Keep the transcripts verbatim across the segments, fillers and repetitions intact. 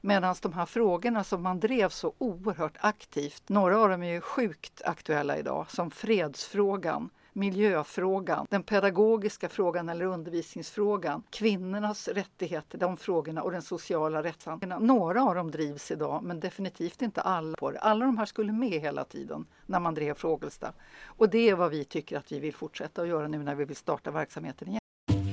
Medan de här frågorna som man drev så oerhört aktivt, några av dem är ju sjukt aktuella idag, som fredsfrågan, miljöfrågan, den pedagogiska frågan eller undervisningsfrågan, kvinnornas rättigheter, de frågorna och den sociala rättshandlingen. Några av dem drivs idag, men definitivt inte alla på det. Alla de här skulle med hela tiden när man drev Fågelsta. Och det är vad vi tycker att vi vill fortsätta att göra nu när vi vill starta verksamheten igen.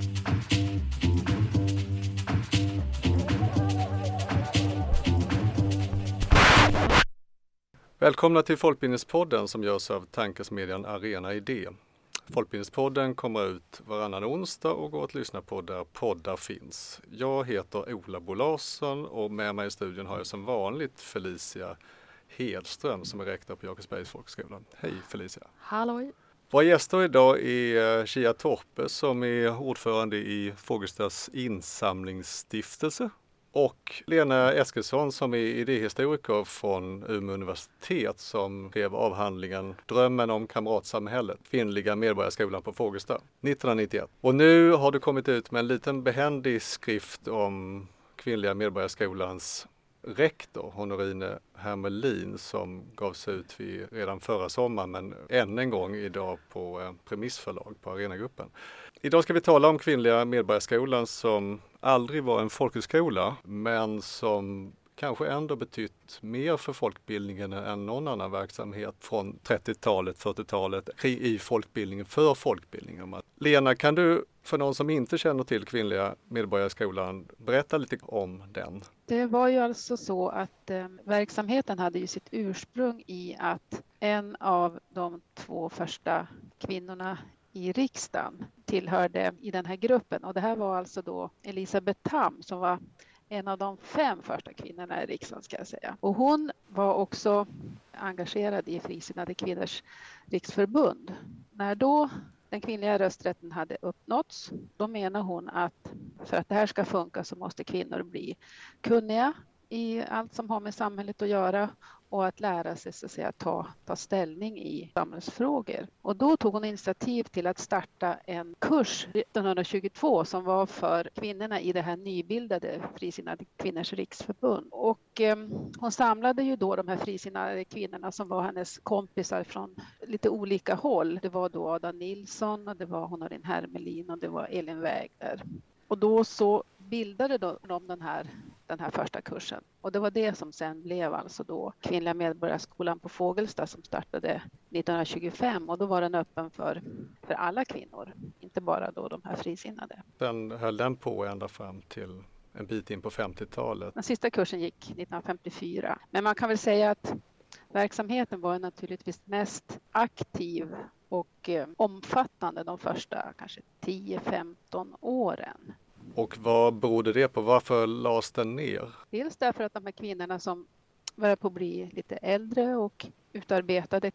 Välkomna till Folkbildningspodden som görs av tankesmedjan Arena Idé. Folkbildningspodden kommer ut varannan onsdag och går att lyssna på där poddar finns. Jag heter Ola Bo Larsson och med mig i studion har jag som vanligt Felicia Hedström som är rektor på Jakobsbergs folkhögskola. Hej Felicia! Halloj! Våra gäster idag är Kia Torpe som är ordförande i Fågelstas insamlingsstiftelse. Och Lena Eskilsson som är idéhistoriker från Umeå universitet som skrev avhandlingen Drömmen om kamratsamhället, kvinnliga medborgarskolan på Fågelsta nittonhundranittioett. Och nu har du kommit ut med en liten behändig skrift om kvinnliga medborgarskolans rektor, Honorine Hermelin, som gavs ut vid redan förra sommaren men än en gång idag på Premissförlag på Arenagruppen. Idag ska vi tala om kvinnliga medborgarskolan som aldrig var en folkhögskola men som kanske ändå betytt mer för folkbildningen än någon annan verksamhet från trettiotalet, fyrtiotalet i folkbildningen för folkbildningen. Lena, kan du för någon som inte känner till kvinnliga medborgarskolan berätta lite om den? Det var ju alltså så att eh, verksamheten hade ju sitt ursprung i att en av de två första kvinnorna i riksdagen tillhörde i den här gruppen. Och det här var alltså då Elisabeth Tamm som var en av de fem första kvinnorna i riksdagen ska jag säga. Och hon var också engagerad i Frisinnade kvinnors riksförbund. När då den kvinnliga rösträtten hade uppnåtts, då menar hon att för att det här ska funka så måste kvinnor bli kunniga i allt som har med samhället att göra och att lära sig så att säga, ta, ta ställning i samhällsfrågor. Och då tog hon initiativ till att starta en kurs nittonhundratjugotvå som var för kvinnorna i det här nybildade Frisinnade kvinnors riksförbund. Och eh, hon samlade ju då de här frisinnade kvinnorna som var hennes kompisar från lite olika håll. Det var då Ada Nilsson och det var Honorine Hermelin och det var Elin Wägner. Och då så bildade de den här, den här första kursen. Och det var det som sen blev alltså då Kvinnliga medborgarskolan på Fågelsta som startade nittonhundratjugofem. Och då var den öppen för, för alla kvinnor, inte bara då de här frisinnade. Sen höll den på ända fram till en bit in på femtiotalet. Den sista kursen gick nittonhundrafemtiofyra. Men man kan väl säga att verksamheten var naturligtvis mest aktiv och eh, omfattande de första kanske tio femton åren. Och vad berodde det på? Varför lades den ner? Dels därför att de här kvinnorna som började på att bli lite äldre och utarbetade,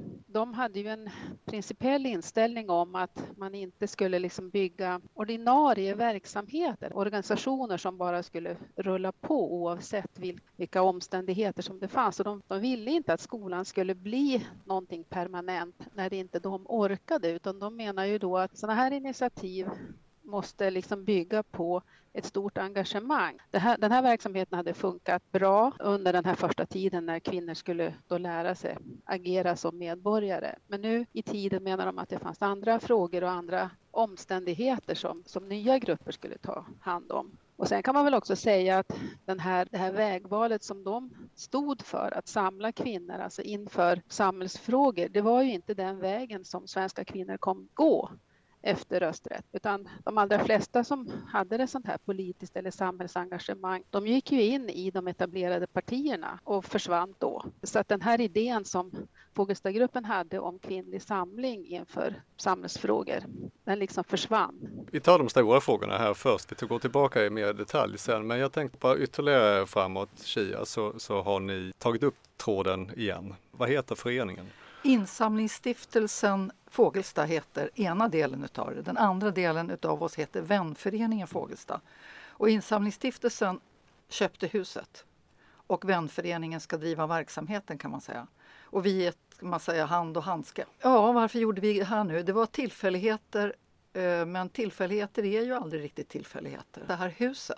de hade ju en principiell inställning om att man inte skulle liksom bygga ordinarie verksamheter, organisationer som bara skulle rulla på oavsett vilka omständigheter som det fanns. Och de, de ville inte att skolan skulle bli någonting permanent när det inte de orkade, utan de menar ju då att sådana här initiativ måste liksom bygga på ett stort engagemang. Det här, den här verksamheten hade funkat bra under den här första tiden när kvinnor skulle då lära sig agera som medborgare. Men nu i tiden menar de att det fanns andra frågor och andra omständigheter som, som nya grupper skulle ta hand om. Och sen kan man väl också säga att den här, det här vägvalet som de stod för att samla kvinnor, alltså inför samhällsfrågor, det var ju inte den vägen som svenska kvinnor kom gå efter rösträtt, utan de allra flesta som hade det sånt här politiskt eller samhällsengagemang, de gick ju in i de etablerade partierna och försvann då. Så att den här idén som Fågelstagruppen hade om kvinnlig samling inför samhällsfrågor, den liksom försvann. Vi tar de stora frågorna här först, vi går tillbaka i mer detalj sen, men jag tänkte bara ytterligare framåt, Kia, så, så har ni tagit upp tråden igen. Vad heter föreningen? Insamlingsstiftelsen Fågelsta heter ena delen utav det. Den andra delen utav oss heter Vänföreningen Fågelsta. Och Insamlingsstiftelsen köpte huset. Och Vänföreningen ska driva verksamheten kan man säga. Och vi är ett, man säger, hand och handske. Ja, varför gjorde vi det här nu? Det var tillfälligheter, men tillfälligheter är ju aldrig riktigt tillfälligheter. Det här huset,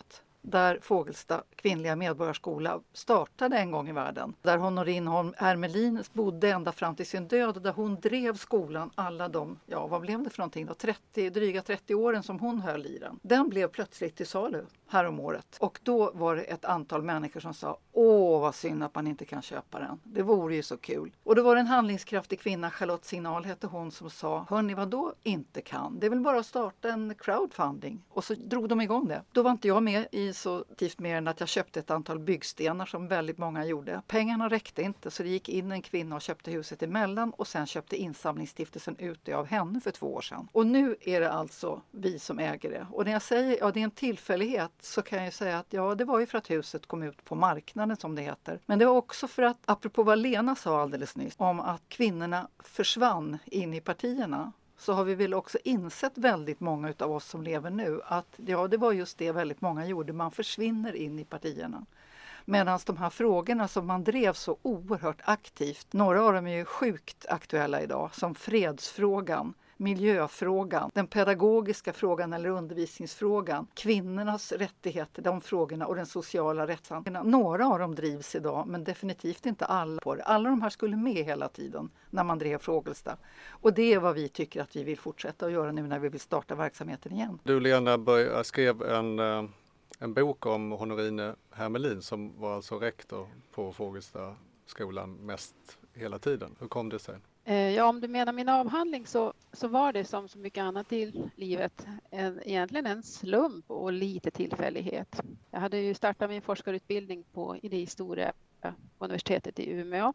där Fogelsta kvinnliga medborgarskola startade en gång i världen. Där Honorine Holm Hermelin bodde ända fram till sin död och där hon drev skolan alla de, ja vad blev det för någonting då, trettio, dryga trettio åren som hon höll i den. Den blev plötsligt till salu häromåret. Och då var det ett antal människor som sa, åh vad synd att man inte kan köpa den. Det vore ju så kul. Och då var det en handlingskraftig kvinna, Charlotte Signal hette hon, som sa, hörni vad då inte kan? Det är väl bara att starta en crowdfunding. Och så drog de igång det. Då var inte jag med i så tift mer än att jag köpte ett antal byggstenar som väldigt många gjorde. Pengarna räckte inte så det gick in en kvinna och köpte huset emellan och sen köpte insamlingsstiftelsen ut det av henne för två år sedan. Och nu är det alltså vi som äger det. Och när jag säger ja det är en tillfällighet så kan jag säga att ja det var ju för att huset kom ut på marknaden som det heter. Men det var också för att, apropå vad Lena sa alldeles nyss, om att kvinnorna försvann in i partierna. Så har vi väl också insett väldigt många av oss som lever nu att ja det var just det väldigt många gjorde, man försvinner in i partierna. Medan de här frågorna som man drev så oerhört aktivt, några av dem är ju sjukt aktuella idag, som fredsfrågan, miljöfrågan, den pedagogiska frågan eller undervisningsfrågan, kvinnornas rättigheter, de frågorna och den sociala rättshandlingen. Några av dem drivs idag men definitivt inte alla på det. Alla de här skulle med hela tiden när man drev Fogelsta. Och det är vad vi tycker att vi vill fortsätta att göra nu när vi vill starta verksamheten igen. Du Lena börj- skrev en, en bok om Honorine Hermelin som var alltså rektor på Fogelsta skolan mest hela tiden. Hur kom det sig? Ja, om du menar min avhandling så, så var det som så mycket annat i livet en, egentligen en slump och lite tillfällighet. Jag hade ju startat min forskarutbildning på idéhistoria på universitetet i Umeå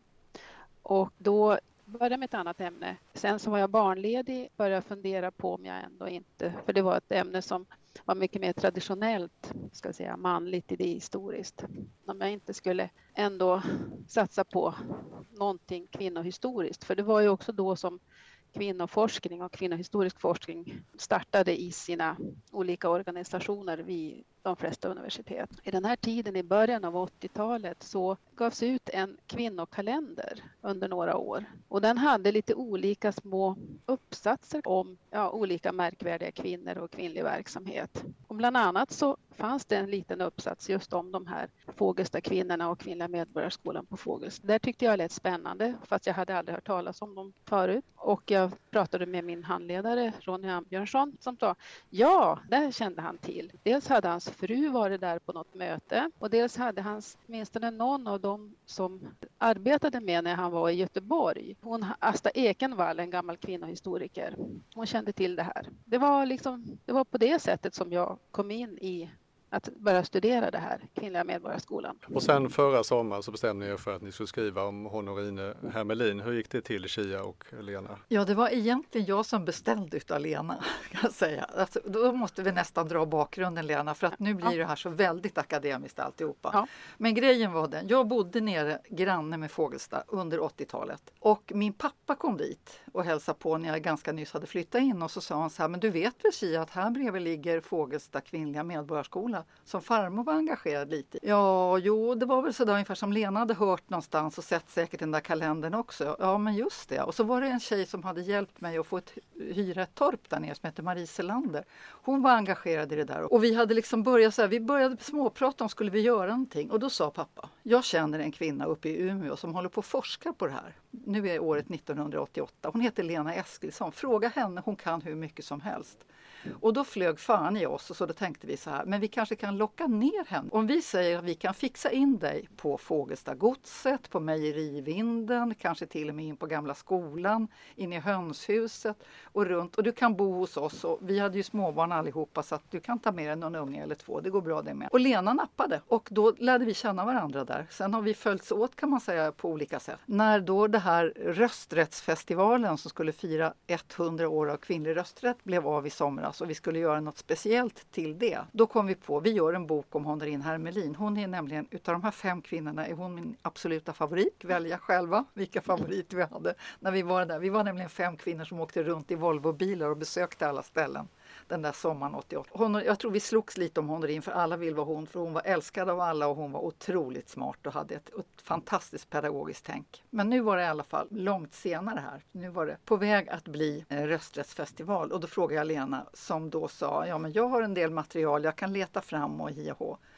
och då började med ett annat ämne. Sen så var jag barnledig och började fundera på om jag ändå inte, för det var ett ämne som var mycket mer traditionellt, ska jag säga, manligt idéhistoriskt. Om jag inte skulle ändå satsa på någonting kvinnohistoriskt. För det var ju också då som kvinnoforskning och kvinnohistorisk forskning startade i sina olika organisationer vid de flesta universitet. I den här tiden i början av åttiotalet så gavs ut en kvinnokalender under några år. Och den hade lite olika små uppsatser om ja, olika märkvärdiga kvinnor och kvinnlig verksamhet. Och bland annat så fanns det en liten uppsats just om de här Fogelsta kvinnorna och kvinnliga medborgarskolan på Fogelsta. Det tyckte jag lät spännande fast jag hade aldrig hört talas om dem förut. Och jag pratade med min handledare Ronny Ambjörnsson som sa ja, det kände han till. Dels hade hans fru varit där på något möte och dels hade hans, åtminstone någon av dem som arbetade med när han var i Göteborg. Hon, Asta Ekenvall, en gammal kvinnohistoriker. Hon kände till det här. Det var liksom, det var på det sättet som jag kom in i att börja studera det här, kvinnliga medborgarskolan. Och sen förra sommaren så bestämde ni er för att ni skulle skriva om Honorine Hermelin. Hur gick det till, Kia och Lena? Ja, det var egentligen jag som beställde utav Lena, kan jag säga. Alltså, då måste vi nästan dra bakgrunden, Lena, för att nu blir det här så väldigt akademiskt alltihopa. Ja. Men grejen var den, jag bodde nere granne med Fogelsta under åttiotalet och min pappa kom dit och hälsade på när jag ganska nyss hade flyttat in och så sa han så här, men du vet väl Kia att här bredvid ligger Fogelsta kvinnliga medborgarskola som farmor var engagerad lite i. Ja, jo, det var väl sådär ungefär som Lena hade hört någonstans och sett säkert den där kalendern också. Ja, men just det. Och så var det en tjej som hade hjälpt mig att få ett, hyra ett torp där nere som heter Marie Selander. Hon var engagerad i det där. Och vi hade liksom börjat så här, vi började småprata om skulle vi göra någonting. Och då sa pappa, jag känner en kvinna uppe i Umeå som håller på att forska på det här. Nu är året nittonhundraåttioåtta. Hon heter Lena Eskilsson. Fråga henne, hon kan hur mycket som helst. Och då flög fan i oss och så då tänkte vi så här, men vi kanske kan locka ner henne. Om vi säger att vi kan fixa in dig på Fogelsta godset, på Mejerivinden, kanske till och med in på gamla skolan, in i hönshuset och runt. Och du kan bo hos oss och vi hade ju småbarn allihopa så att du kan ta med dig någon unge eller två, det går bra det med. Och Lena nappade och då lärde vi känna varandra där. Sen har vi följts åt kan man säga på olika sätt. När då det här rösträttsfestivalen som skulle fira hundra år av kvinnlig rösträtt blev av i somras och vi skulle göra något speciellt till det. Då kom vi på, vi gör en bok om Honorine Hermelin. Hon är nämligen, utav de här fem kvinnorna är hon min absoluta favorit. Välja själva vilka favoriter vi hade när vi var där. Vi var nämligen fem kvinnor som åkte runt i Volvo-bilar och besökte alla ställen den där sommaren åttioåtta. Hon, jag tror vi slogs lite om Honorine för alla vill vara hon. För hon var älskad av alla och hon var otroligt smart och hade ett, ett fantastiskt pedagogiskt tänk. Men nu var det i alla fall långt senare här. Nu var det på väg att bli en rösträttsfestival och då frågade jag Lena som då sa, ja men jag har en del material jag kan leta fram och hi och hå.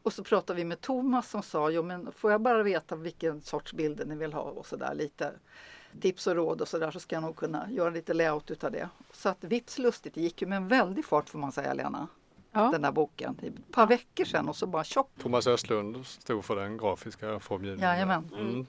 Och så pratade vi med Thomas som sa, jo men får jag bara veta vilken sorts bilder ni vill ha och sådär, lite tips och råd och sådär, så ska jag nog kunna göra lite layout utav det. Så att vips lustigt, det gick ju med en väldig fart får man säga, Lena. Ja. Den där boken, ett par veckor sedan och så bara tjopp. Thomas Östlund stod för den grafiska formgivningen. Jajamän. Mm.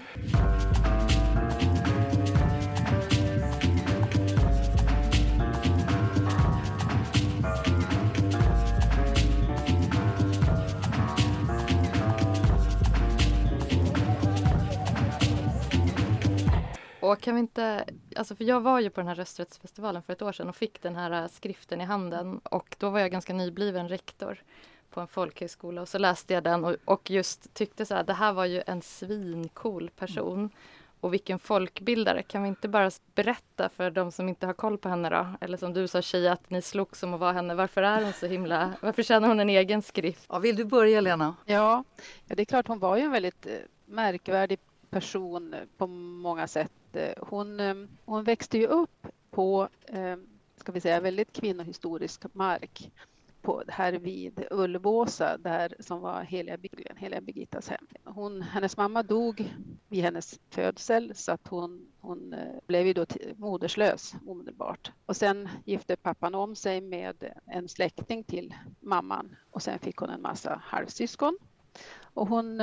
Och kan vi inte, alltså för jag var ju på den här rösträttsfestivalen för ett år sedan och fick den här skriften i handen. Och då var jag ganska nybliven rektor på en folkhögskola. Och så läste jag den och, och just tyckte så här, det här var ju en svincool person. Och vilken folkbildare. Kan vi inte bara berätta för de som inte har koll på henne då? Eller som du sa, Tjej, att ni slogs om att vara henne. Varför är hon så himla, varför känner hon en egen skrift? Ja, vill du börja, Lena? Ja, ja det är klart, hon var ju en väldigt märkvärdig person på många sätt. Hon, hon växte ju upp på, ska vi säga, väldigt kvinnohistorisk mark på, här vid Ulvåsa, där som var Heliga, Heliga Birgittas hem. Hon, hennes mamma dog vid hennes födsel, så att hon, hon blev ju då t- moderslös omedelbart. Och sen gifte pappan om sig med en släkting till mamman och sen fick hon en massa halvsyskon. Och hon,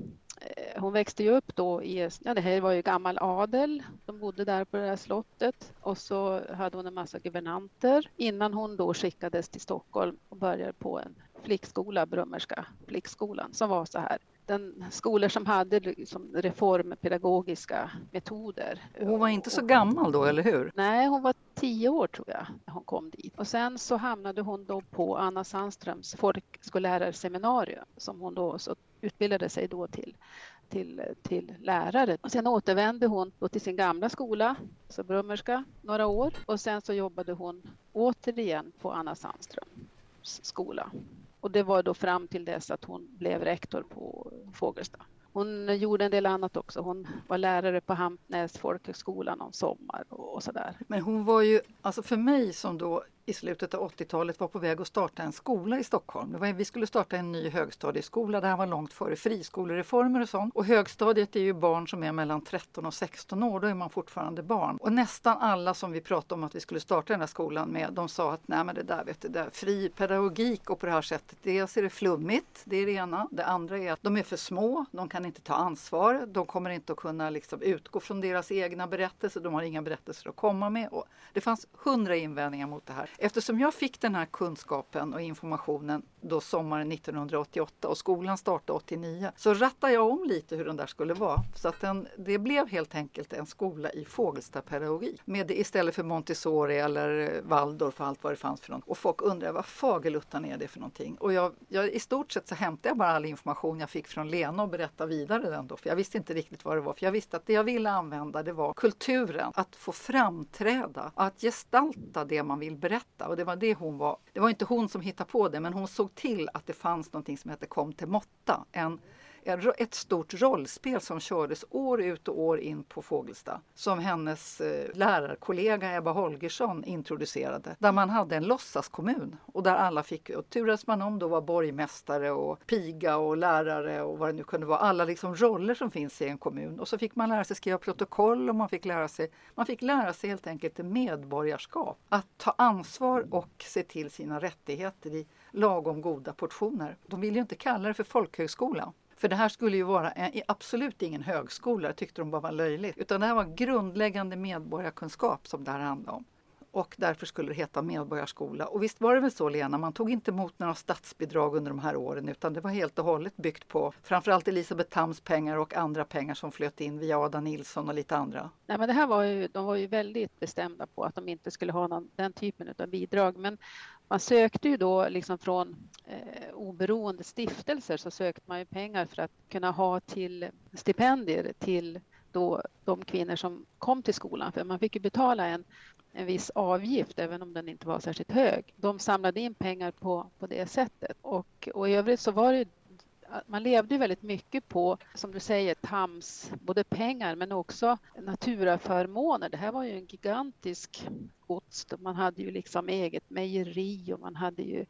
hon växte ju upp då i, ja det här var ju gammal adel, de bodde där på det här slottet, och så hade hon en massa guvernanter innan hon då skickades till Stockholm och började på en flickskola, Brummerska flickskolan, som var så här. Den skolor som hade liksom reformpedagogiska metoder. Och hon var inte så gammal då, eller hur? Nej, hon var tio år tror jag när hon kom dit. Och sen så hamnade hon då på Anna Sandströms folkskollärarseminarium som hon då så utbildade sig då till, till, till lärare. Och sen återvände hon då till sin gamla skola, så Brummerska, några år. Och sen så jobbade hon återigen på Anna Sandströms skola. Och det var då fram till dess att hon blev rektor på Fågelsta. Hon gjorde en del annat också. Hon var lärare på Hampnäs folkhögskola någon sommar och, och sådär. Men hon var ju, alltså för mig som då i slutet av åttiotalet var på väg att starta en skola i Stockholm. Det var, vi skulle starta en ny högstadieskola. Det här var långt före friskolereformer och sånt. Och högstadiet är ju barn som är mellan tretton och sexton år. Då är man fortfarande barn. Och nästan alla som vi pratade om att vi skulle starta den här skolan med, de sa att nej men det där vet du, det där, fri pedagogik och på det här sättet. Dels är det flummigt, det är det ena. Det andra är att de är för små, de kan inte ta ansvar. De kommer inte att kunna liksom utgå från deras egna berättelser. De har inga berättelser att komma med. Och det fanns hundra invändningar mot det här. Eftersom jag fick den här kunskapen och informationen då sommaren nittonhundraåttioåtta och skolan startade åttionio, så rattade jag om lite hur den där skulle vara. Så att den, det blev helt enkelt en skola i Fågelstapedagogik. Med det istället för Montessori eller Waldorf och allt vad det fanns för något. Och folk undrar vad fageluttan är det för någonting. Och jag, jag, i stort sett så hämtade jag bara all information jag fick från Lena och berättade vidare den då. För jag visste inte riktigt vad det var. För jag visste att det jag ville använda, det var kulturen. Att få framträda, att gestalta det man vill berätta. Och det var det hon var. Det var inte hon som hittade på det, men hon såg till att det fanns någonting som hette Kom till Måtta. En, ett stort rollspel som kördes år ut och år in på Fågelsta. Som hennes eh, lärarkollega Ebba Holgersson introducerade. Där man hade en låtsaskommun. Och där alla fick, och turades man om då var borgmästare och piga och lärare och vad det nu kunde vara. Alla liksom roller som finns i en kommun. Och så fick man lära sig skriva protokoll och man fick lära sig, man fick lära sig helt enkelt medborgarskap. Att ta ansvar och se till sina rättigheter i lagom goda portioner. De ville ju inte kalla det för folkhögskola. För det här skulle ju vara en, absolut ingen högskola, det tyckte de bara var löjligt. Utan det här var grundläggande medborgarkunskap som det här handlade om. Och därför skulle det heta medborgarskola. Och visst var det väl så, Lena, man tog inte emot några statsbidrag under de här åren, utan det var helt och hållet byggt på framförallt Elisabeth Thams pengar och andra pengar som flöt in via Ada Nilsson och lite andra. Nej, men det här var ju, de var ju väldigt bestämda på att de inte skulle ha någon, den typen av bidrag. Men man sökte ju då liksom från eh, oberoende stiftelser, så sökte man ju pengar för att kunna ha till stipendier till då de kvinnor som kom till skolan. För man fick ju betala en, en viss avgift även om den inte var särskilt hög. De samlade in pengar på, på det sättet. Och, och i övrigt så var det, man levde ju väldigt mycket på, som du säger, Thams, både pengar men också naturaförmåner. Det här var ju en gigantisk gods. Man hade ju liksom eget mejeri och man hade ju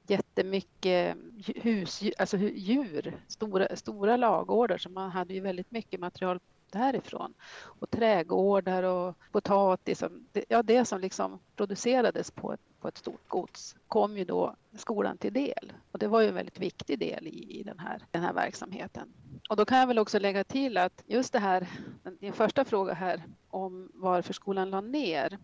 jättemycket hus, alltså djur, stora, stora lagårdar, så man hade ju väldigt mycket material därifrån. Och trädgårdar och potatis, ja, det som liksom producerades på ett, på ett stort gods kom ju då skolan till del. Och det var ju en väldigt viktig del i, i den, här, den här verksamheten. Och då kan jag väl också lägga till att just det här, din första fråga här om varför skolan la ner,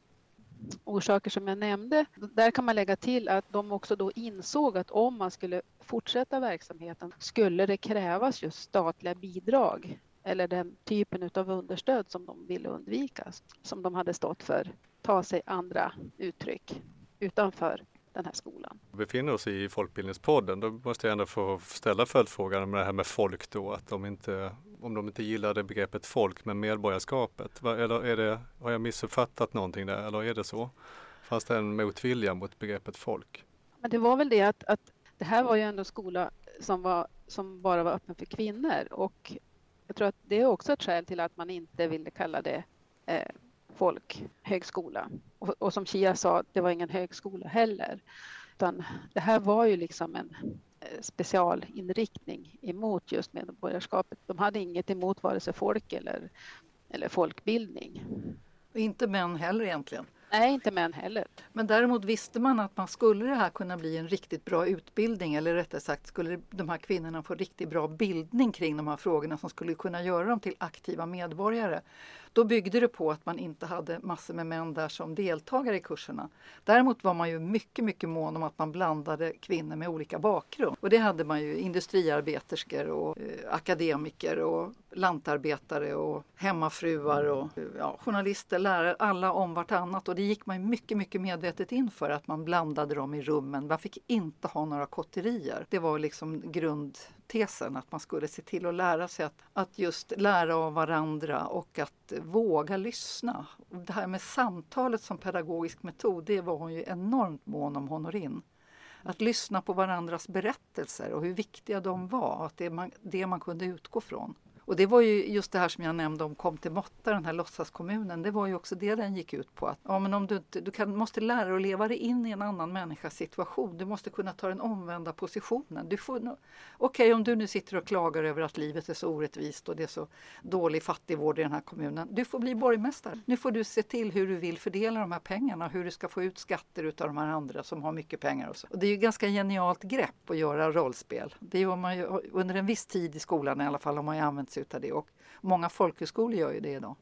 orsaker som jag nämnde, där kan man lägga till att de också då insåg att om man skulle fortsätta verksamheten skulle det krävas just statliga bidrag eller den typen av understöd som de ville undvika, som de hade stått för, ta sig andra uttryck utanför den här skolan. Vi befinner oss i Folkbildningspodden, då måste jag ändå få ställa följdfrågan om det här med folk då, att de inte, om de inte gillade begreppet folk med medborgarskapet. Eller är det, har jag missuppfattat någonting där, eller är det så? Fanns det en motvilja mot begreppet folk? Men det var väl det att, att det här var ju ändå en skola som, var, som bara var öppen för kvinnor, och jag tror att det är också ett skäl till att man inte ville kalla det eh, folkhögskola. Och, och som Chia sa, det var ingen högskola heller. Utan det här var ju liksom en eh, specialinriktning emot just medborgarskapet. De hade inget emot vare sig folk eller, eller folkbildning. Och inte män heller egentligen. Nej, inte män heller. Men däremot visste man att man skulle det här kunna bli en riktigt bra utbildning, eller rättare sagt skulle de här kvinnorna få riktigt bra bildning kring de här frågorna som skulle kunna göra dem till aktiva medborgare. Då byggde det på att man inte hade massor med män där som deltagare i kurserna. Däremot var man ju mycket, mycket mån om att man blandade kvinnor med olika bakgrund. Och det hade man ju industriarbeterskor och eh, akademiker och lantarbetare och hemmafruar och ja, journalister, lärare, alla om vartannat. Och det gick man ju mycket, mycket medvetet in för att man blandade dem i rummen. Man fick inte ha några kotterier. Det var liksom grundtesen, att man skulle se till att lära sig att, att just lära av varandra och att våga lyssna. Och det här med samtalet som pedagogisk metod, det var hon ju enormt mån om, Honorin. Att lyssna på varandras berättelser och hur viktiga de var, att det är man, det man kunde utgå från. Och det var ju just det här som jag nämnde om Kom till Måtta, den här låtsaskommunen. Det var ju också det den gick ut på. Att, ja, men om du, du kan, måste lära dig att leva dig in i en annan människas situation. Du måste kunna ta den omvända positionen. Du får, okej, okay, om du nu sitter och klagar över att livet är så orättvist och det är så dålig fattigvård i den här kommunen. Du får bli borgmästare. Nu får du se till hur du vill fördela de här pengarna. Hur du ska få ut skatter utav de här andra som har mycket pengar. Och så. Och det är ju ganska genialt grepp att göra rollspel. Det gör man ju, under en viss tid i skolan i alla fall har man ju använt sig utav det, och många folkhögskolor gör ju det idag.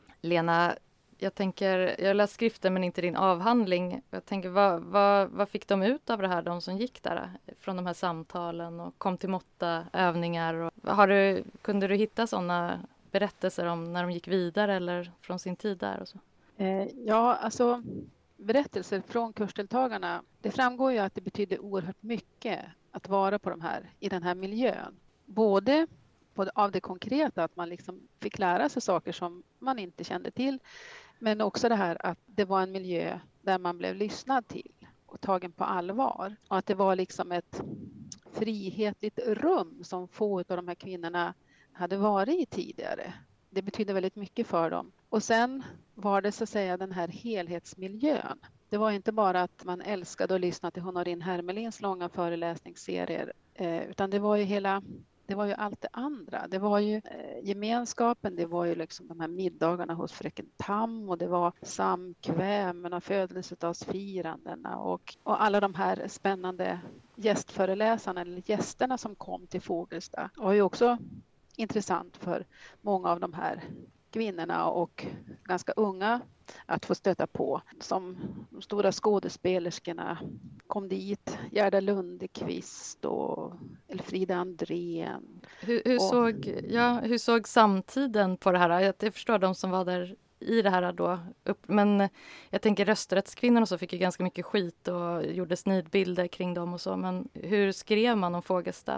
Lena, jag tänker, jag har läst skriften men inte din avhandling. Jag tänker, vad, vad, vad fick de ut av det här, de som gick där? Från de här samtalen och Kom till Måtta övningar. Och, har du, kunde du hitta sådana berättelser om när de gick vidare eller från sin tid där? Och så? Eh, ja, alltså berättelser från kursdeltagarna. Det framgår ju att det betyder oerhört mycket att vara på de här, i den här miljön. Både Både av det konkreta, att man liksom fick lära sig saker som man inte kände till. Men också det här att det var en miljö där man blev lyssnad till och tagen på allvar. Och att det var liksom ett frihetligt rum som få av de här kvinnorna hade varit i tidigare. Det betyder väldigt mycket för dem. Och sen var det så att säga den här helhetsmiljön. Det var inte bara att man älskade att lyssna till Honorin Hermelins långa föreläsningsserier. Eh, utan det var ju hela... Det var ju allt det andra. Det var ju eh, gemenskapen, det var ju liksom de här middagarna hos fröken Tam, och det var samkvämen och födelsedagsfirandena och, och alla de här spännande gästföreläsarna eller gästerna som kom till Fogelstad. Det var ju också intressant för många av de här kvinnorna och ganska unga att få stöta på. Som de stora skådespelerskorna kom dit, Gerda Lundekvist och Elfrida Andrén. Hur, hur, och, såg, ja, hur såg samtiden på det här? Jag, jag förstår de som var där i det här då. Upp, men jag tänker rösträttskvinnorna så fick ju ganska mycket skit och gjorde snidbilder kring dem och så. Men hur skrev man om Fogelstad?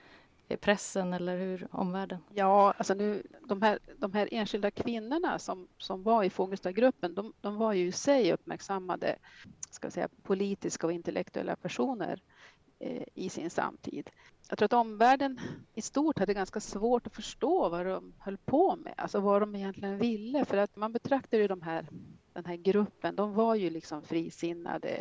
I pressen eller hur omvärlden? Ja, alltså nu, de, här, de här enskilda kvinnorna som, som var i Fogelstadgruppen, de, de var ju i sig uppmärksammade, ska jag säga, politiska och intellektuella personer eh, i sin samtid. Jag tror att omvärlden i stort hade ganska svårt att förstå vad de höll på med, alltså vad de egentligen ville, för att man betraktar ju de här, den här gruppen, de var ju liksom frisinnade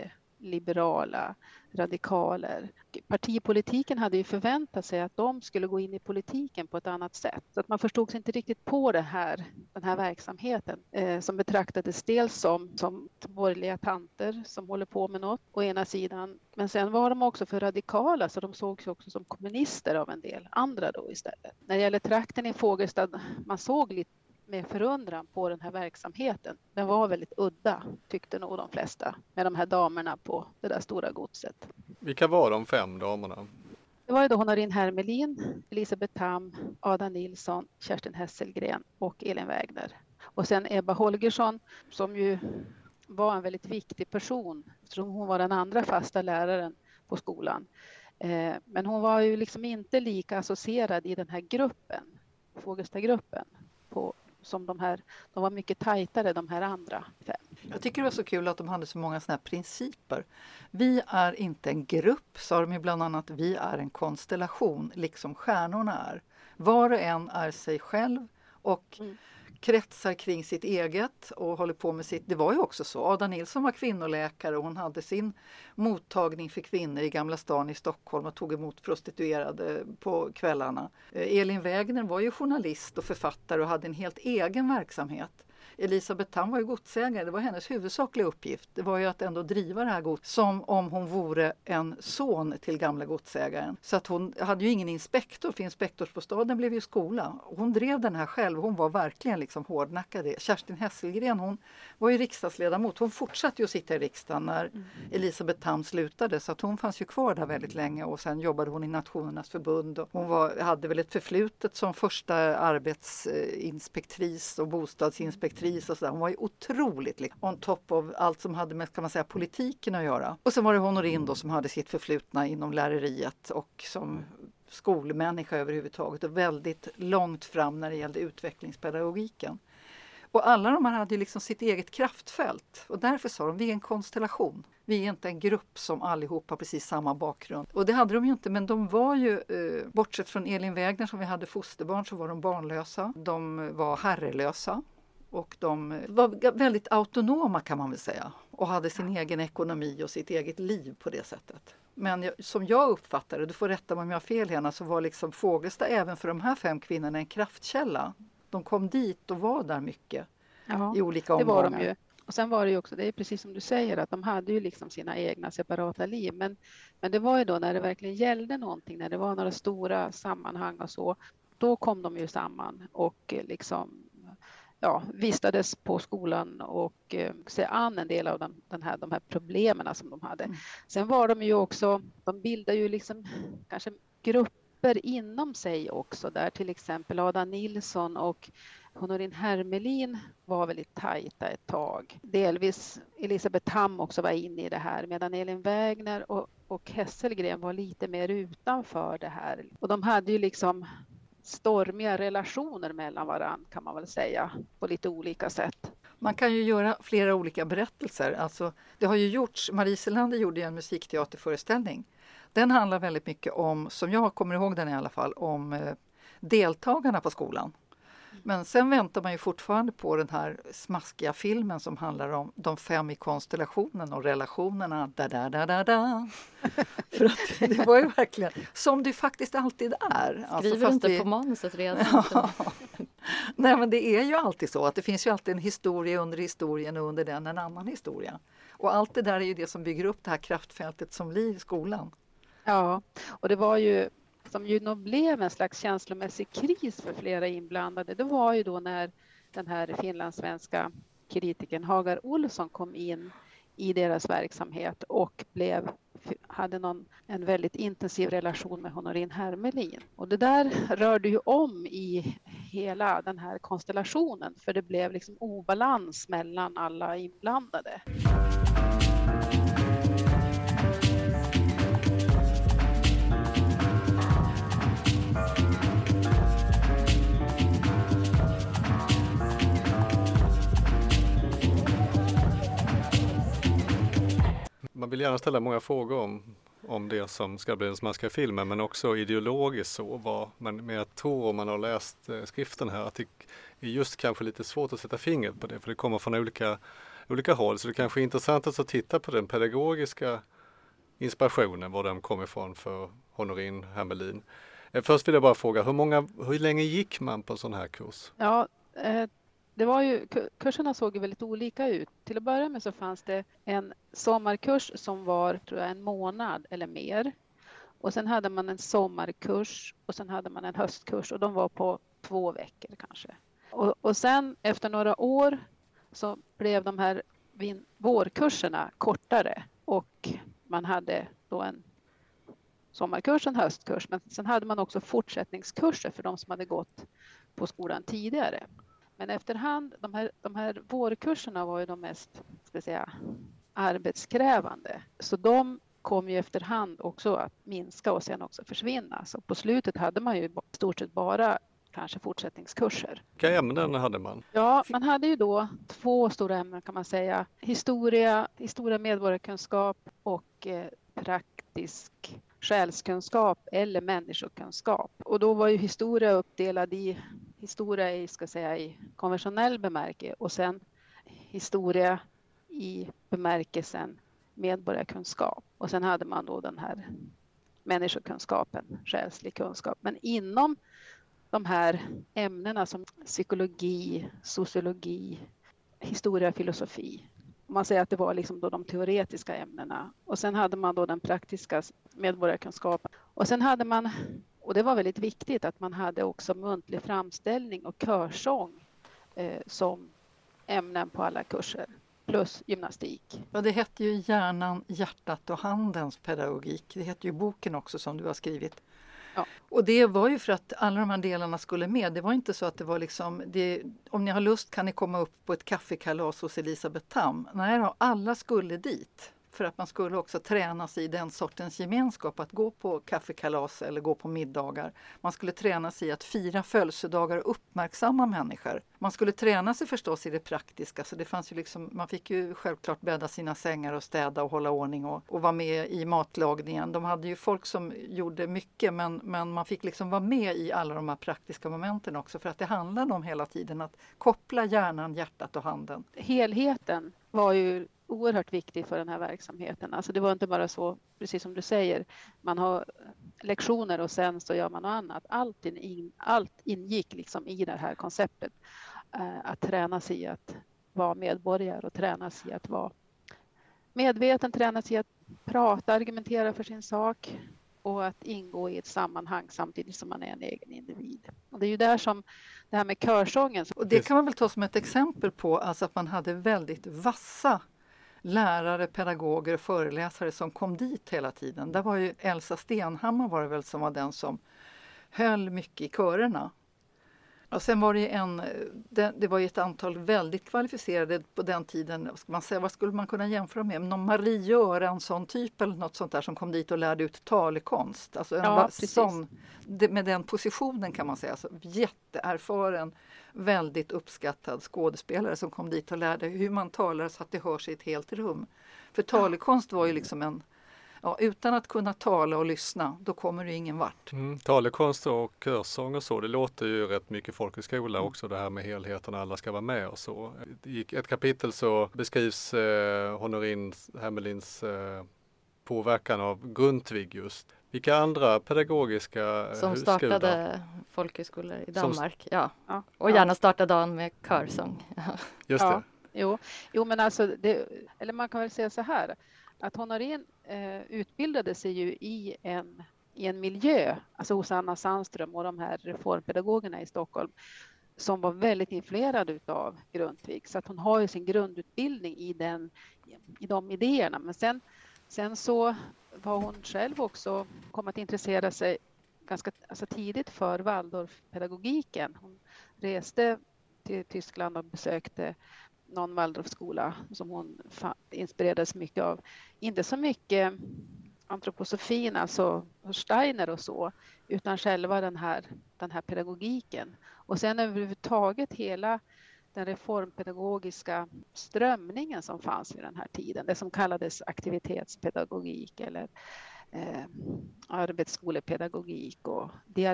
liberala, radikaler. Partipolitiken hade ju förväntat sig att de skulle gå in i politiken på ett annat sätt. Så att man förstod sig inte riktigt på det här, den här verksamheten eh, som betraktades dels som, som borgerliga tanter som håller på med något å ena sidan. Men sen var de också för radikala så de såg sig också som kommunister av en del andra då istället. När det gäller trakten i Fågelstad, man såg lite med förundran på den här verksamheten. Den var väldigt udda, tyckte nog de flesta, med de här damerna på det där stora godset. Vilka var de fem damerna? Det var ju då Honorin Hermelin, Elisabeth Tamm, Ada Nilsson, Kerstin Hesselgren och Elin Wägner. Och sen Ebba Holgersson som ju var en väldigt viktig person. Eftersom hon var den andra fasta läraren på skolan. Men hon var ju liksom inte lika associerad i den här gruppen, Fågelstadgruppen, på som de här, de var mycket tajtare de här andra fem. Jag tycker det var så kul att de hade så många såna här principer. Vi är inte en grupp, sa de ju bland annat, vi är en konstellation, liksom stjärnorna är. Var och en är sig själv och mm. kretsar kring sitt eget och håller på med sitt. Det var ju också så. Ada Nilsson var kvinnoläkare och hon hade sin mottagning för kvinnor i Gamla stan i Stockholm och tog emot prostituerade på kvällarna. Elin Wägner var ju journalist och författare och hade en helt egen verksamhet. Elisabeth Tamm var ju godsägare, det var hennes huvudsakliga uppgift. Det var ju att ändå driva det här gods som om hon vore en son till gamla godsägaren. Så att hon hade ju ingen inspektor, för inspektorsbostaden blev ju skola. Hon drev den här själv, hon var verkligen liksom hårdnackad. Kerstin Hesselgren, hon var ju riksdagsledamot. Hon fortsatte ju att sitta i riksdagen när mm. Elisabeth Tamm slutade, så att hon fanns ju kvar där väldigt länge och sen jobbade hon i Nationernas förbund. Och hon var, hade väl ett förflutet som första arbetsinspektris och bostadsinspektris. Och så där. Hon var ju otroligt liksom, on top av allt som hade med, kan man säga, politiken att göra. Och sen var det Honorin då som hade sitt förflutna inom läreriet och som skolmänniska överhuvudtaget och väldigt långt fram när det gällde utvecklingspedagogiken. Och alla de här hade ju liksom sitt eget kraftfält och därför sa de, vi är en konstellation. Vi är inte en grupp som allihopa har precis samma bakgrund. Och det hade de ju inte, men de var ju, eh, bortsett från Elin Wägner som vi hade fosterbarn, så var de barnlösa. De var herrelösa. Och de var väldigt autonoma kan man väl säga. Och hade sin ja. egen ekonomi och sitt eget liv på det sättet. Men jag, som jag uppfattade, du får rätta mig om jag har fel Lena, så var liksom Fågelstad även för de här fem kvinnorna en kraftkälla. De kom dit och var där mycket ja, i olika omgångar. Det var de ju. Och sen var det ju också, det är precis som du säger, att de hade ju liksom sina egna separata liv. Men, men det var ju då när det verkligen gällde någonting, när det var några stora sammanhang och så, då kom de ju samman och liksom ja, vistades på skolan och eh, se an en del av den, den här, de här problemen som de hade. Mm. Sen var de ju också, de bildade ju liksom kanske grupper inom sig också, där till exempel Ada Nilsson och Honorin Hermelin var väldigt tajta ett tag. Delvis Elisabeth Tamm också var inne i det här, medan Elin Wägner och, och Hesselgren var lite mer utanför det här. Och de hade ju liksom stormiga relationer mellan varann kan man väl säga på lite olika sätt. Man kan ju göra flera olika berättelser. Alltså, det har ju gjorts, Marie Selander gjorde en musikteaterföreställning. Den handlar väldigt mycket om, som jag kommer ihåg den i alla fall, om eh, deltagarna på skolan. Men sen väntar man ju fortfarande på den här smaskiga filmen som handlar om de fem i konstellationen och relationerna. Da, da, da, da, da. För att det var ju verkligen som det faktiskt alltid är. Skriver alltså, inte vi... på manuset redan? Ja. Nej, men det är ju alltid så att det finns ju alltid en historia under historien och under den en annan historia. Och allt det där är ju det som bygger upp det här kraftfältet som blir i skolan. Ja, och det var ju som ju nog blev en slags känslomässig kris för flera inblandade. Det var ju då när den här finlandssvenska kritikern Hagar Olsson kom in i deras verksamhet och blev, hade någon, en väldigt intensiv relation med Honorin Hermelin. Och det där rörde ju om i hela den här konstellationen, för det blev liksom obalans mellan alla inblandade. Man vill gärna ställa många frågor om, om det som ska bli den smaskiga filmen, men också ideologiskt så. Vad, men, men jag tror om man har läst eh, skriften här att det är just kanske lite svårt att sätta fingret på det, för det kommer från olika olika håll. Så det kanske är intressant att titta på den pedagogiska inspirationen, var den kom ifrån för Honorin Hermelin. Först vill jag bara fråga, hur, många, hur länge gick man på en sån här kurs? Ja, eh, det var ju, kurserna såg ju väldigt olika ut. Till att börja med så fanns det en sommarkurs som var, tror jag, en månad eller mer. Och sen hade man en sommarkurs och sen hade man en höstkurs och de var på två veckor kanske. Och, och sen efter några år så blev de här vin- vårkurserna kortare och man hade då en sommarkurs och en höstkurs. Men sen hade man också fortsättningskurser för de som hade gått på skolan tidigare. Men efterhand, de här, de här vårkurserna var ju de mest, ska jag säga, arbetskrävande. Så de kom ju efterhand också att minska och sen också försvinna. Så på slutet hade man ju i stort sett bara kanske fortsättningskurser. Vilka ämnen hade man? Ja, man hade ju då två stora ämnen kan man säga. Historia, historia medborgarkunskap och eh, praktisk själskunskap eller människokunskap. Och då var ju historia uppdelad i historia i, ska säga, i konventionell bemärkelse och sen historia i bemärkelsen medborgarkunskap. Och sen hade man då den här människokunskapen, själslig kunskap. Men inom de här ämnena som psykologi, sociologi, historia, filosofi. Man säger att det var liksom då de teoretiska ämnena. Och sen hade man då den praktiska medborgarkunskapen. Och sen hade man, och det var väldigt viktigt, att man hade också muntlig framställning och körsång eh, som ämnen på alla kurser. Plus gymnastik. Ja, det hette ju Hjärnan, hjärtat och handens pedagogik. Det heter ju boken också som du har skrivit. Ja. Och det var ju för att alla de här delarna skulle med. Det var inte så att det var liksom, det, om ni har lust kan ni komma upp på ett kaffekalas hos Elisabeth Tamm. Nej då, alla skulle dit. För att man skulle också tränas i den sortens gemenskap, att gå på kaffekalas eller gå på middagar. Man skulle tränas i att fira födelsedagar och uppmärksamma människor. Man skulle träna sig förstås i det praktiska, så det fanns ju liksom, man fick ju självklart bädda sina sängar och städa och hålla ordning och, och vara med i matlagningen. De hade ju folk som gjorde mycket, men, men man fick liksom vara med i alla de här praktiska momenten också, för att det handlade om hela tiden att koppla hjärnan, hjärtat och handen. Helheten var ju oerhört viktig för den här verksamheten. Alltså det var inte bara så, precis som du säger, man har lektioner och sen så gör man något annat. Allt, in, allt ingick liksom i det här konceptet. Eh, att träna sig i att vara medborgare och träna sig i att vara medveten, träna sig i att prata, argumentera för sin sak och att ingå i ett sammanhang samtidigt som man är en egen individ. Och det är ju där som det här med körsången. Och det kan man väl ta som ett exempel på, alltså att man hade väldigt vassa lärare, pedagoger och föreläsare som kom dit hela tiden. Där var ju Elsa Stenhammar var det väl som var den som höll mycket i körerna. Och sen var det en, det, det var ju ett antal väldigt kvalificerade på den tiden, ska man säga, vad skulle man kunna jämföra med? Någon Marie Göransson typ eller något sånt där som kom dit och lärde ut talekonst. Alltså en ja, sån, med den positionen kan man säga, alltså jätteerfaren, väldigt uppskattad skådespelare som kom dit och lärde hur man talar så att det hörs i ett helt rum. För talekonst var ju liksom en, ja, utan att kunna tala och lyssna, då kommer du ingen vart. Mm, talekonst och körsång och så, det låter ju rätt mycket folkhögskola också, det här med helheten, alla ska vara med och så. I ett kapitel så beskrivs eh, Honorin Hermelins eh, påverkan av Grundtvig just. Vilka andra pedagogiska som husgudar? startade folkhögskolor i Danmark, Som... ja. Ja. Och gärna starta dagen med körsång. Just ja. det. Jo, jo, men alltså, det, eller man kan väl säga så här, att Honorin eh, utbildade sig ju i en, i en miljö, alltså hos Anna Sandström och de här reformpedagogerna i Stockholm, som var väldigt influerad utav Grundtvig. Så att hon har ju sin grundutbildning i, den, i de idéerna. Men sen, sen så var hon själv också kom att intressera sig ganska alltså tidigt för Waldorfpedagogiken. Hon reste till Tyskland och besökte någon Waldorfskola som hon inspirerades mycket av. Inte så mycket antroposofin, alltså Steiner och så, utan själva den här, den här pedagogiken. Och sen överhuvudtaget hela den reformpedagogiska strömningen som fanns vid den här tiden. Det som kallades aktivitetspedagogik eller eh, arbetsskolepedagogik och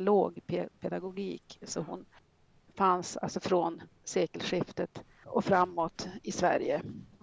dialogpedagogik. Så hon fanns alltså från sekelskiftet och framåt i Sverige.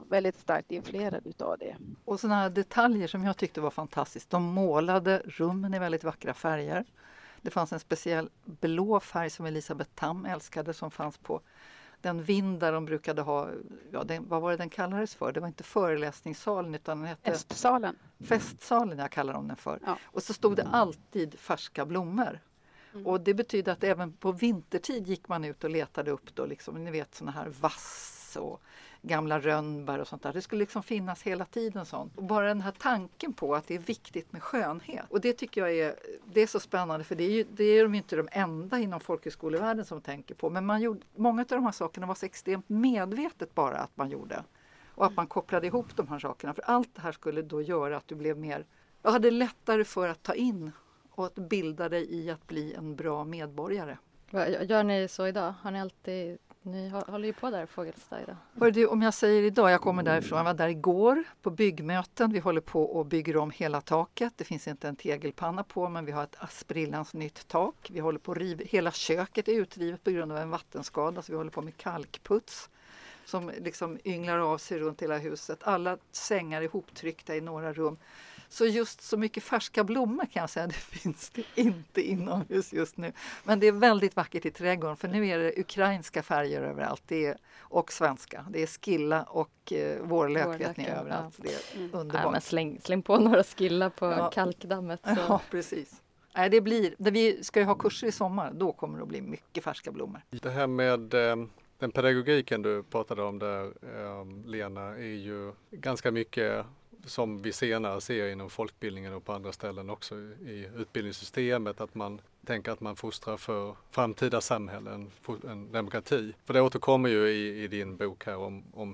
väldigt starkt influerad utav det. Och sådana här detaljer som jag tyckte var fantastiskt. De målade rummen i väldigt vackra färger. Det fanns en speciell blå färg som Elisabeth Tamm älskade som fanns på den vind där de brukade ha, ja, den, vad var det den kallades för? Det var inte föreläsningssalen utan den hette Festsalen. Festsalen, jag kallar dem den för. Ja. Och så stod det alltid färska blommor. Mm. Och det betyder att även på vintertid gick man ut och letade upp då liksom, ni vet såna här vass och gamla rönnbär och sånt där. Det skulle liksom finnas hela tiden sånt. Och bara den här tanken på att det är viktigt med skönhet. Och det tycker jag är, det är så spännande för det är ju det är de inte de enda inom folkhögskolevärlden som tänker på. Men man gjorde, många av de här sakerna var så extremt medvetet bara att man gjorde. Och att man kopplade ihop de här sakerna. För allt det här skulle då göra att du blev mer, jag hade lättare för att ta in och att bilda dig i att bli en bra medborgare. Gör ni så idag? Har ni alltid, ni håller ju på där i Fogelstad idag. Hör du, om jag säger idag, jag kommer därifrån, jag var där igår på byggmöten. Vi håller på och bygger om hela taket. Det finns inte en tegelpanna på men vi har ett asprillans nytt tak. Vi håller på att riva, hela köket är utrivet på grund av en vattenskada så vi håller på med kalkputs som liksom ynglar av sig runt hela huset. Alla sängar är ihoptryckta i några rum. Så just så mycket färska blommor kan jag säga, det finns det inte inomhus just nu. Men det är väldigt vackert i trädgården för nu är det ukrainska färger överallt det är, och svenska. Det är skilla och eh, vårlök Vårlök, vet ni ja. överallt. Det är mm. underbart. Ja, men släng, släng på några skilla på ja. kalkdammet. Så. Ja, precis. Nej, det blir, det vi ska ju ha kurser i sommar, då kommer det att bli mycket färska blommor. Det här med eh, den pedagogiken du pratade om där, eh, Lena, är ju ganska mycket som vi senare ser inom folkbildningen och på andra ställen också i utbildningssystemet, att man tänker att man fostrar för framtida samhällen, en demokrati. För det återkommer ju i, i din bok här om, om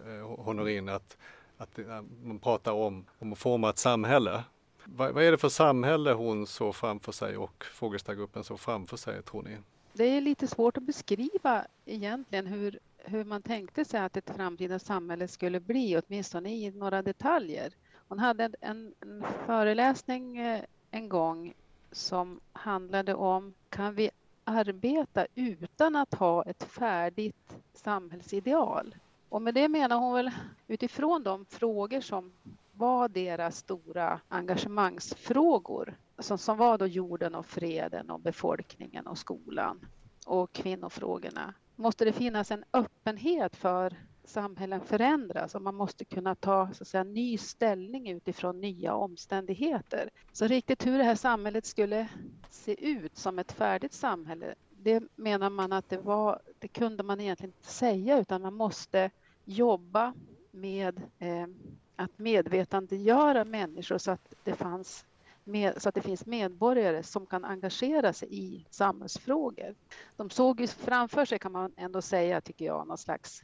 Honorin att, att man pratar om, om att forma ett samhälle. Vad, vad är det för samhälle hon såg framför sig och Fogelstadgruppen såg framför sig, tror ni? Det är lite svårt att beskriva egentligen hur hur man tänkte sig att ett framtida samhälle skulle bli, åtminstone i några detaljer. Hon hade en, en föreläsning en gång som handlade om, kan vi arbeta utan att ha ett färdigt samhällsideal? Och med det menar hon väl utifrån de frågor som var deras stora engagemangsfrågor, som, som var då jorden och freden och befolkningen och skolan och kvinnofrågorna. Måste det finnas en öppenhet för samhällen förändras och man måste kunna ta så att säga, ny ställning utifrån nya omständigheter. Så riktigt hur det här samhället skulle se ut som ett färdigt samhälle, det menar man att det var, det kunde man egentligen inte säga, utan man måste jobba med eh, att medvetandegöra människor så att det fanns Med, så att det finns medborgare som kan engagera sig i samhällsfrågor. De såg ju framför sig, kan man ändå säga, tycker jag, någon slags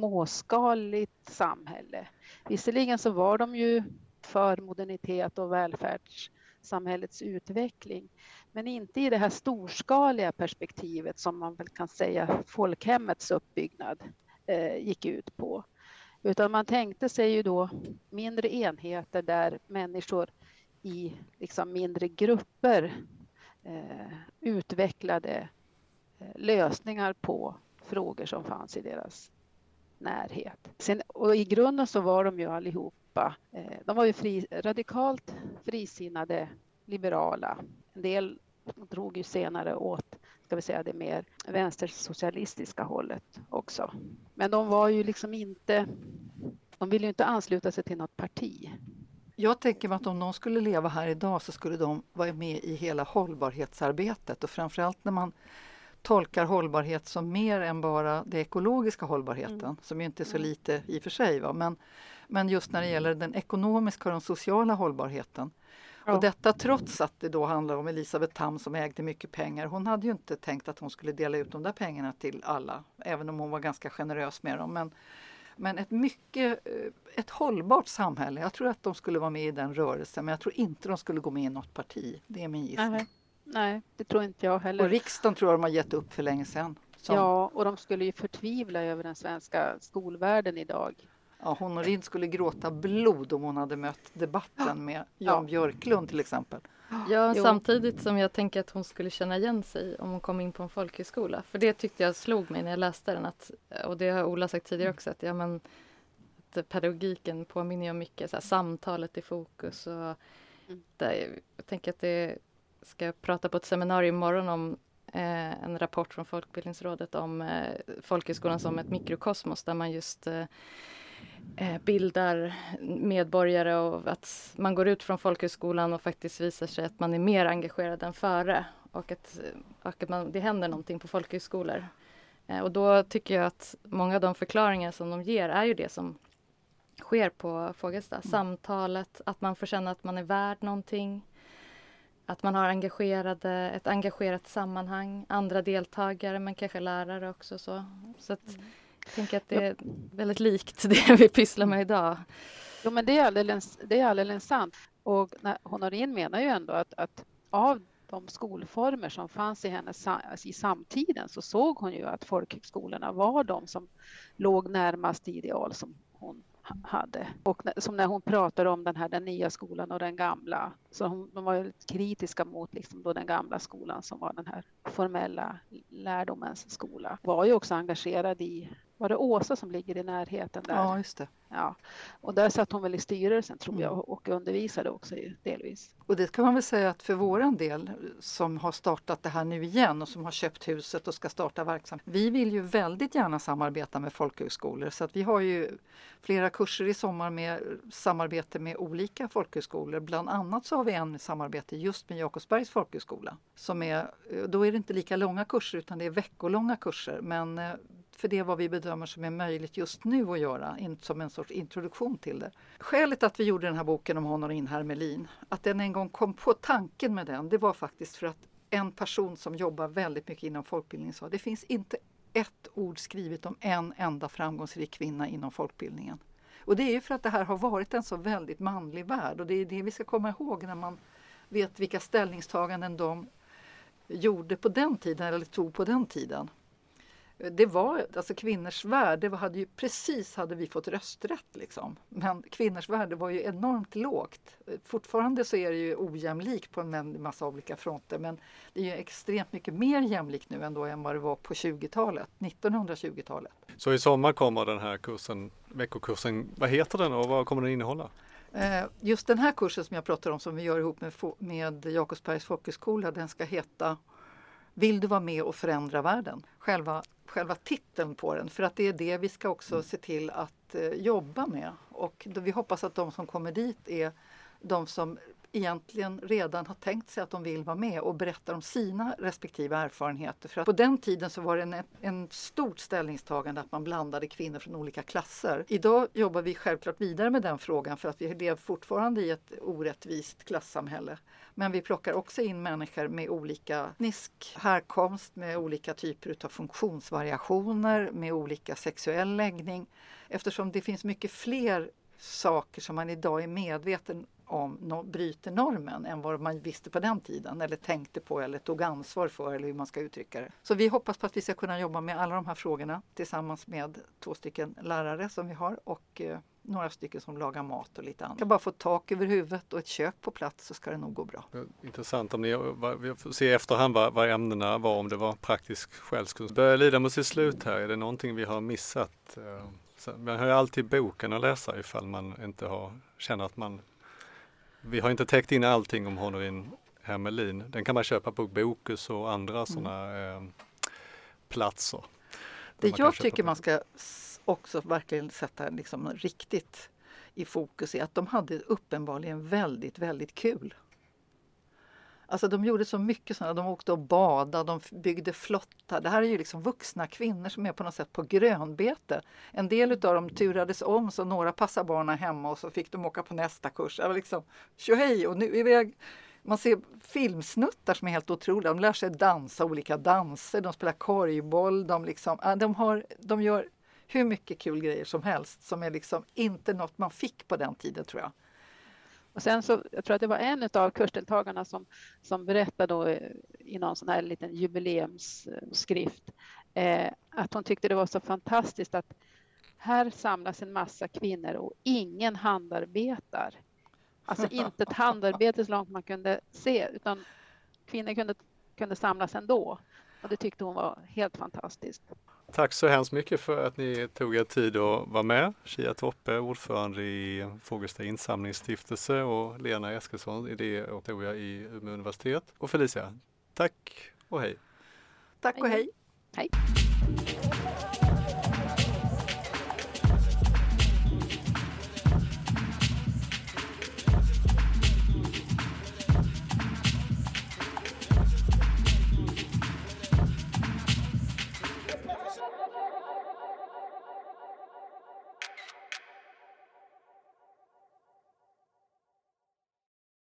småskaligt samhälle. Visserligen så var de ju för modernitet och välfärdssamhällets utveckling, men inte i det här storskaliga perspektivet som man väl kan säga folkhemmets uppbyggnad eh, gick ut på. Utan man tänkte sig ju då mindre enheter där människor i liksom mindre grupper eh, utvecklade eh, lösningar på frågor som fanns i deras närhet. Sen, och i grunden så var de ju allihopa, eh, de var ju fri, radikalt frisinnade, liberala. En del drog ju senare åt, ska vi säga, det mer vänstersocialistiska hållet också. Men de var ju liksom inte, de ville ju inte ansluta sig till något parti. Jag tänker mig att om de skulle leva här idag så skulle de vara med i hela hållbarhetsarbetet och framförallt när man tolkar hållbarhet som mer än bara den ekologiska hållbarheten mm. som ju inte är så lite i och för sig. Va? Men, men just när det gäller den ekonomiska och den sociala hållbarheten. Ja. Och detta trots att det då handlar om Elisabeth Tamm som ägde mycket pengar. Hon hade ju inte tänkt att hon skulle dela ut de där pengarna till alla, även om hon var ganska generös med dem. Men Men ett mycket, ett hållbart samhälle. Jag tror att de skulle vara med i den rörelsen. Men jag tror inte de skulle gå med i något parti. Det är min gissning. Nej, nej, det tror inte jag heller. Och riksdagen tror jag de har gett upp för länge sedan. Som... Ja, och de skulle ju förtvivla över den svenska skolvärlden idag. Ja, Honorin skulle gråta blod om hon hade mött debatten med Jan ja. Björklund till exempel. Ja, jo. Samtidigt som jag tänker att hon skulle känna igen sig om hon kom in på en folkhögskola. För det tyckte jag slog mig när jag läste den. Att, och det har Ola sagt tidigare också. Att, ja, men, att pedagogiken påminner om mycket så här, samtalet i fokus. Och Mm. där, jag tänker att det ska prata på ett seminarium imorgon om eh, en rapport från Folkbildningsrådet om eh, folkhögskolan som ett mikrokosmos där man just eh, bildar medborgare och att man går ut från folkhögskolan och faktiskt visar sig att man är mer engagerad än före och att, och att man, det händer någonting på folkhögskolor. Eh, och då tycker jag att många av de förklaringar som de ger är ju det som sker på Fogelstad. Mm. Samtalet, att man får känna att man är värd någonting. Att man har engagerade, ett engagerat sammanhang, andra deltagare men kanske lärare också. Så, så att, mm. jag tänker att det är väldigt likt det vi pysslar med idag. Jo, men det är alldeles, det är alldeles sant. Och Honorin menar ju ändå att, att av de skolformer som fanns i hennes i samtiden så såg hon ju att folkhögskolorna var de som låg närmast ideal som hon hade. Och som när hon pratar om den här den nya skolan och den gamla. Så hon, de var ju kritiska mot liksom då den gamla skolan som var den här formella lärdomens skola. Var ju också engagerad i, var det Åsa som ligger i närheten där? Ja, just det. Ja. Och där satt hon väl i styrelsen tror jag och undervisade också delvis. Och det kan man väl säga att för våran del som har startat det här nu igen och som har köpt huset och ska starta verksamhet. Vi vill ju väldigt gärna samarbeta med folkhögskolor så att vi har ju flera kurser i sommar med samarbete med olika folkhögskolor. Bland annat så har vi en samarbete just med Jakobsbergs folkhögskola. Som är, då är det inte lika långa kurser utan det är veckolånga kurser men för det är vad vi bedömer som är möjligt just nu att göra som en sorts introduktion till det. Skälet att vi gjorde den här boken om Honorin Hermelin, att den en gång kom på tanken med den, det var faktiskt för att en person som jobbar väldigt mycket inom folkbildning sa det finns inte ett ord skrivet om en enda framgångsrik kvinna inom folkbildningen. Och det är ju för att det här har varit en så väldigt manlig värld och det är det vi ska komma ihåg när man vet vilka ställningstaganden de gjorde på den tiden eller tog på den tiden. Det var, alltså kvinnors värde hade ju precis hade vi fått rösträtt liksom. Men kvinnors värde var ju enormt lågt. Fortfarande så är det ju ojämlikt på en massa olika fronter men det är ju extremt mycket mer jämlikt nu ändå än vad det var på tjugotalet, nittonhundratjugotalet. Så i sommar kommer den här kursen, veckokursen, vad heter den och vad kommer den innehålla? Just den här kursen som jag pratar om som vi gör ihop med, med Jakobsbergs folkhögskola, den ska heta Vill du vara med och förändra världen? Själva, själva titeln på den. För att det är det vi ska också se till att eh, jobba med. Och då vi hoppas att de som kommer dit är de som egentligen redan har tänkt sig att de vill vara med och berätta om sina respektive erfarenheter. För att på den tiden så var det en, en stort ställningstagande att man blandade kvinnor från olika klasser. Idag jobbar vi självklart vidare med den frågan för att vi lever fortfarande i ett orättvist klassamhälle. Men vi plockar också in människor med olika etnisk härkomst, med olika typer av funktionsvariationer, med olika sexuell läggning. Eftersom det finns mycket fler saker som man idag är medveten om no, bryter normen än vad man visste på den tiden eller tänkte på eller tog ansvar för eller hur man ska uttrycka det. Så vi hoppas på att vi ska kunna jobba med alla de här frågorna tillsammans med två stycken lärare som vi har och eh, några stycken som lagar mat och lite annat. Kan bara få tak över huvudet och ett kök på plats så ska det nog gå bra. Intressant om ni vi får se i efterhand vad, vad ämnena var, om det var praktisk självkunskap. Börjar lida mot sitt slut här, är det någonting vi har missat? Man har ju alltid boken att läsa ifall man inte har, känner att man vi har inte täckt in allting om Honorin Hermelin. Den kan man köpa på Bokus och andra mm. sådana eh, platser. Det jag tycker man ska också verkligen sätta liksom riktigt i fokus är att de hade uppenbarligen väldigt, väldigt kul. Alltså de gjorde så mycket sådana, de åkte och badade, de byggde flottar. Det här är ju liksom vuxna kvinnor som är på något sätt på grönbete. En del av dem turades om så några passade barnen hemma och så fick de åka på nästa kurs. Det var liksom tjohej och nu är vi, man ser filmsnuttar som är helt otroliga. De lär sig dansa olika danser, de spelar korgboll, de liksom, de har, de gör hur mycket kul grejer som helst som är liksom inte något man fick på den tiden tror jag. Och sen så, jag tror att det var en av kursdeltagarna som, som berättade då i någon sån här liten jubileumsskrift eh, att hon tyckte det var så fantastiskt att här samlas en massa kvinnor och ingen handarbetar. Alltså inte ett handarbete så långt man kunde se utan kvinnor kunde, kunde samlas ändå. Och det tyckte hon var helt fantastiskt. Tack så hemskt mycket för att ni tog er tid att vara med. Kia Toppe, ordförande i Fogelstad insamlingsstiftelse och Lena Eskilsson, idé och historia i Umeå universitet. Och Felicia, tack och hej. Tack och hej. Hej.